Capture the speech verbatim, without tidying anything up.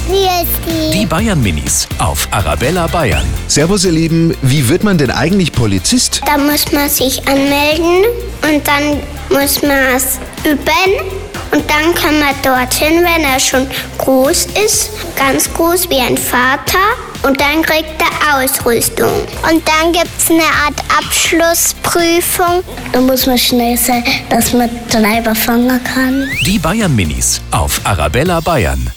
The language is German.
Grüß Die Bayern Minis auf Arabella Bayern. Servus ihr Lieben, wie wird man denn eigentlich Polizist? Da muss man sich anmelden und dann muss man es üben. Und dann kann man dorthin, wenn er schon groß ist, ganz groß wie ein Vater. Und dann kriegt er Ausrüstung. Und dann gibt es eine Art Abschlussprüfung. Da muss man schnell sein, dass man Treiber fangen kann. Die Bayern Minis auf Arabella Bayern.